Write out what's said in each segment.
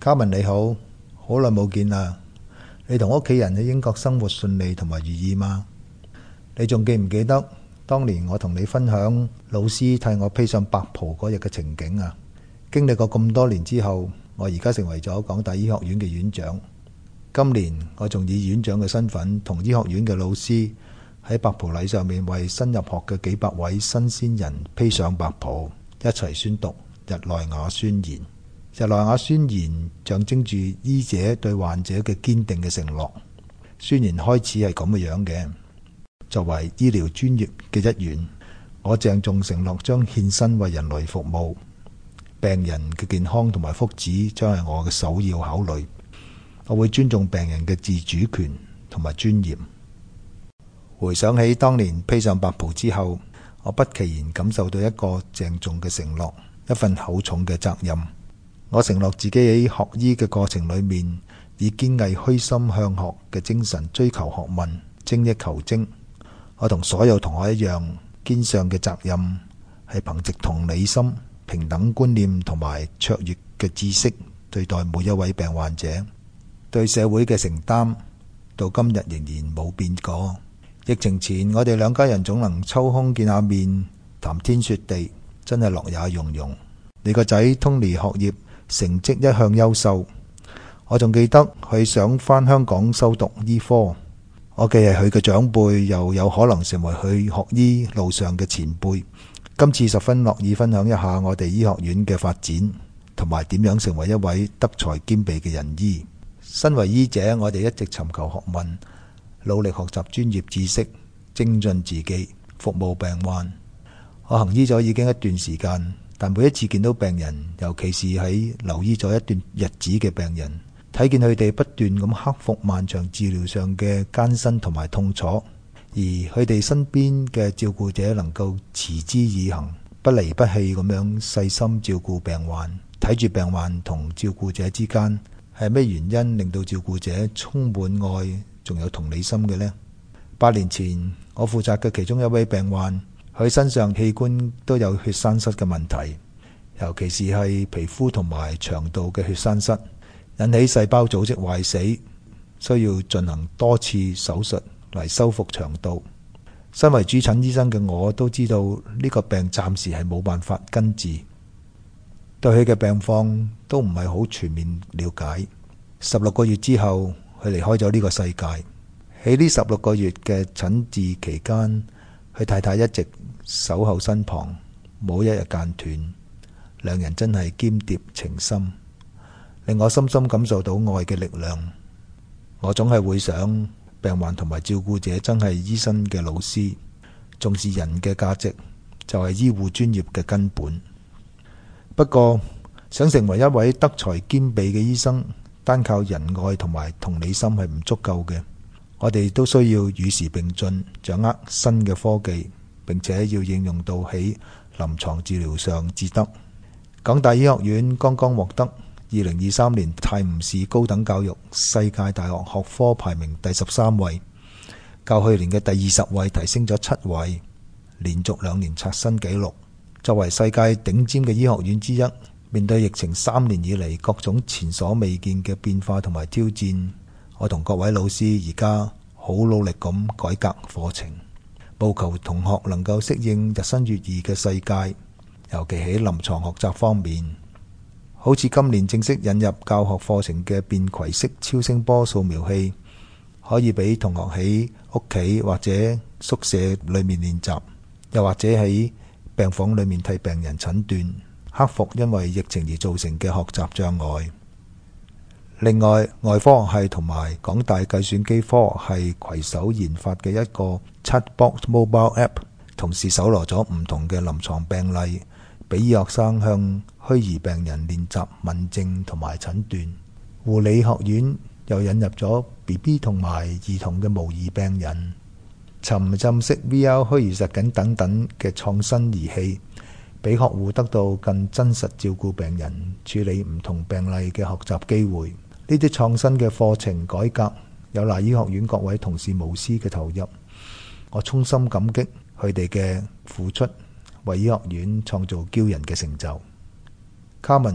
嘉文你好，好耐冇見啦！你同屋企人喺英國生活順利同埋如意嗎？你仲記唔記得當年我同你分享老師替我披上白袍嗰日嘅情景啊？經歷過咁多年之後，我而家成為咗港大醫學院嘅院長。今年我仲以院長嘅身份同醫學院嘅老師喺白袍禮上面為新入學嘅幾百位新鮮人披上白袍，一齊宣讀日內瓦宣言。日內瓦宣言象徵住醫者對患者嘅堅定嘅承諾。宣言開始係咁嘅樣嘅：作為醫療專業嘅一員，我鄭重承諾將獻身為人類服務，病人嘅健康同埋福祉將係我嘅首要考慮。我會尊重病人嘅自主權同埋尊嚴。回想起當年披上白袍之後，我不期然感受到一個鄭重嘅承諾，一份厚重嘅責任。我承諾自己喺學醫嘅過程裏面，以堅毅虛心向學嘅精神追求學問，精益求精。我同所有同學一樣，肩上嘅責任係憑藉同理心、平等觀念同埋卓越嘅知識對待每一位病患者。對社會嘅承擔到今日仍然冇變過。疫情前我哋兩家人總能抽空見下面，談天說地，真係樂也融融。你個仔 Tony 學業成績一向優秀，我仲記得佢想返香港修讀醫科。我既係佢嘅長輩，又有可能成為佢學醫路上嘅前輩。今次十分樂意分享一下我哋醫學院嘅發展，同埋點樣成為一位德才兼備嘅仁醫。身為醫者，我哋一直尋求學問，努力學習專業知識，精進自己，服務病患。我行醫咗已經一段時間，但每一次見到病人，尤其是喺留醫咗一段日子嘅病人，睇見佢哋不斷咁克服漫長治療上嘅艱辛同埋痛楚，而佢哋身邊嘅照顧者能夠持之以恆，不離不棄咁樣細心照顧病患，睇住病患同照顧者之間係咩原因令到照顧者充滿愛仲有同理心嘅呢？8年前我負責嘅其中一位病患，佢身上器官都有血栓塞嘅問題，尤其是係皮膚同埋腸道嘅血栓塞，引起細胞組織壞死，需要進行多次手術嚟修復腸道。身為主診醫生嘅我都知道呢個病暫時係冇辦法根治，對佢嘅病況都唔係好全面了解。16個月之後，佢離開咗呢個世界。喺呢16個月嘅診治期間，佢太太一直守候身旁，冇一日間斷。兩人真係鶼鰈情深，令我深深感受到愛嘅力量。我總係會想，病患同埋照顧者真係醫生嘅老師，重視人嘅價值就係醫護專業嘅根本。不過，想成為一位德才兼備嘅醫生，單靠仁愛同埋同理心係唔足夠嘅。我哋都需要與時並進，掌握新嘅科技，並且要應用到喺臨床治療上至得。港大醫學院剛剛獲得2023年泰晤士高等教育世界大學學科排名第13位，較去年嘅第20位提升咗7位，連續2年刷新紀錄。作為世界頂尖嘅醫學院之一，面對疫情3年以嚟各種前所未見嘅變化同埋挑戰，我同各位老師而家好努力咁改革課程，務求同學能夠適應日新月異嘅世界，尤其喺臨床學習方面。好似今年正式引入教學課程嘅便攜式超聲波掃描器，可以俾同學喺屋企或者宿舍裏面練習，又或者喺病房裏面替病人診斷，克服因為疫情而造成嘅學習障礙。另外，外科學系同埋港大計算機科學系攜手研發嘅一個 Chatbot Mobile App， 同時搜羅咗唔同嘅臨床病例，俾醫學生向虛擬病人練習問症同埋診斷。護理學院又引入咗 BB 同埋兒童嘅模擬病人、沉浸式 VR 虛擬實境等等嘅創新儀器，俾學護得到更真實照顧病人、處理唔同病例嘅學習機會。呢啲創新嘅課程改革，有賴醫學院各位同事無私嘅投入，我衷心感激佢哋嘅付出，為醫學院創造驕人嘅成就。卡文，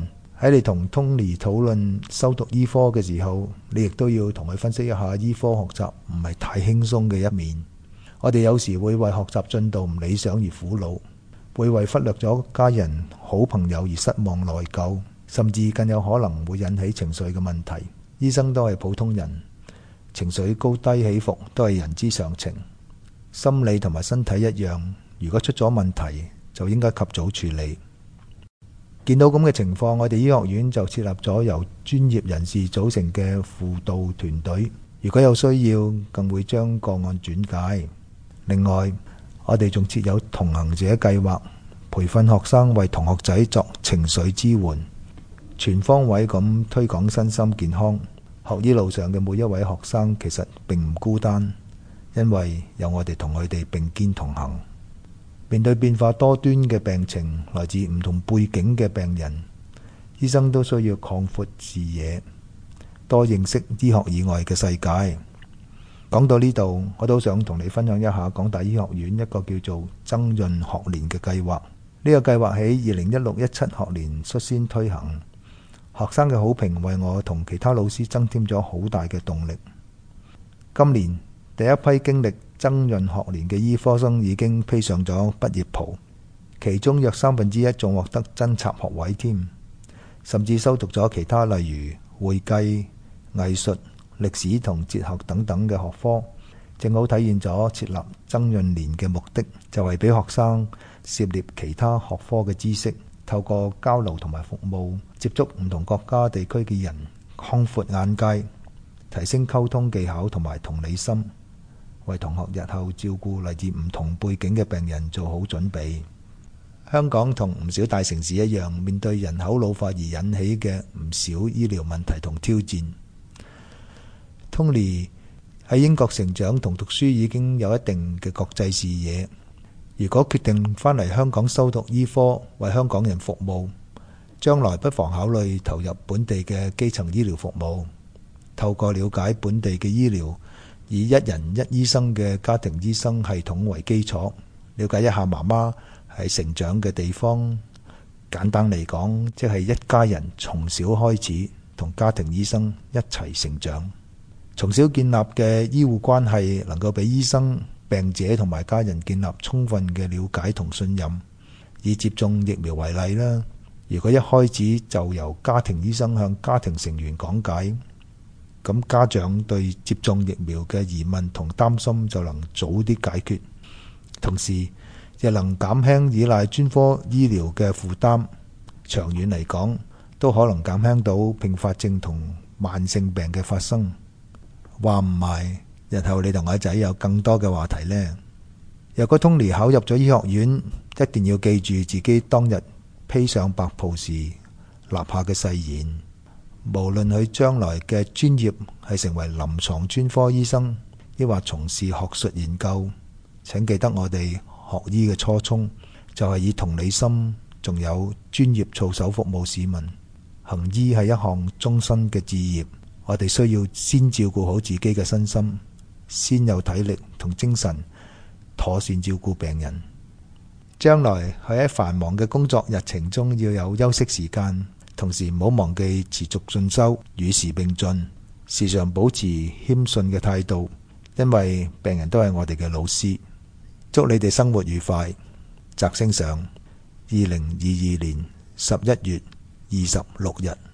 喺你同 Tony 討論修讀醫科嘅時候，你亦都要同佢分析一下醫科學習唔係太輕鬆嘅一面。我哋有時會為學習進度唔理想而苦惱，會為忽略咗家人、好朋友而失望內疚，甚至更有可能會引起情緒嘅問題。醫生都係普通人，情緒高低起伏都係人之常情。心理同埋身體一樣，如果出咗問題，就應該及早處理。見到咁嘅情況，我哋醫學院就設立咗由專業人士組成嘅輔導團隊，如果有需要，更會將個案轉介。另外，我哋仲設有同行者計劃，培訓學生為同學仔作情緒支援，全方位咁推廣身心健康。學醫路上嘅每一位學生其實並唔孤單，因為有我哋同佢哋並肩同行。面對變化多端嘅病情，來自唔同背景嘅病人，醫生都需要擴闊視野，多認識醫學以外嘅世界。講到呢度，我都想同你分享一下港大醫學院一個叫做增潤學年嘅計劃。呢個計劃喺2016-17學年率先推行，學生嘅好評為我同其他老師增添咗好大嘅動力。今年第一批經歷增潤學年嘅醫科生已經披上咗畢業袍，其中約1/3仲獲得真插學位添，甚至修讀咗其他例如會計、藝術、歷史同哲學等等嘅學科，正好體現咗設立增潤年嘅目的，就係俾學生涉獵其他學科嘅知識，透過交流同埋服務，接觸唔同國家地區嘅人，擴闊眼界，提升溝通技巧同埋同理心，為同學日後照顧嚟自唔同背景嘅病人做好準備。香港同唔少大城市一樣，面對人口老化而引起嘅唔少醫療問題同挑戰。Tony 喺英國成長同讀書已經有一定嘅國際視野，如果決定返嚟香港修讀醫科，為香港人服務，將來不妨考慮投入本地嘅基層醫療服務，透過了解本地嘅醫療，以一人一醫生嘅家庭醫生系統為基礎，了解一下媽媽喺成長嘅地方。簡單嚟講，即係一家人從小開始同家庭醫生一齊成長，從小建立嘅醫護關係能夠俾醫生、病者同埋家人建立充分嘅了解同信任。以接種疫苗為例啦，如果一開始就由家庭醫生向家庭成員講解，咁家長對接種疫苗嘅疑問同擔心就能早啲解決，同時亦能減輕依賴專科醫療嘅負擔。長遠嚟講，都可能減輕到併發症同慢性病嘅發生。話唔埋，日後你同阿仔有更多嘅話題呢。若果 Tony 考入咗醫學院，一定要記住自己當日披上白袍時立下嘅誓言。無論佢將來嘅專業係成為臨床專科醫生，抑或從事學術研究，請記得我哋學醫嘅初衷就係以同理心，仲有專業操守服務市民。行醫係一項終身嘅志業，我哋需要先照顧好自己嘅身心，先有體力同精神妥善照顧病人。將來佢喺繁忙嘅工作日程中要有休息時間，同時唔好忘記持續進修，與時並進，時常保持謙遜嘅態度，因為病人都係我哋嘅老師。祝你哋生活愉快。澤星上，2022年11月26日。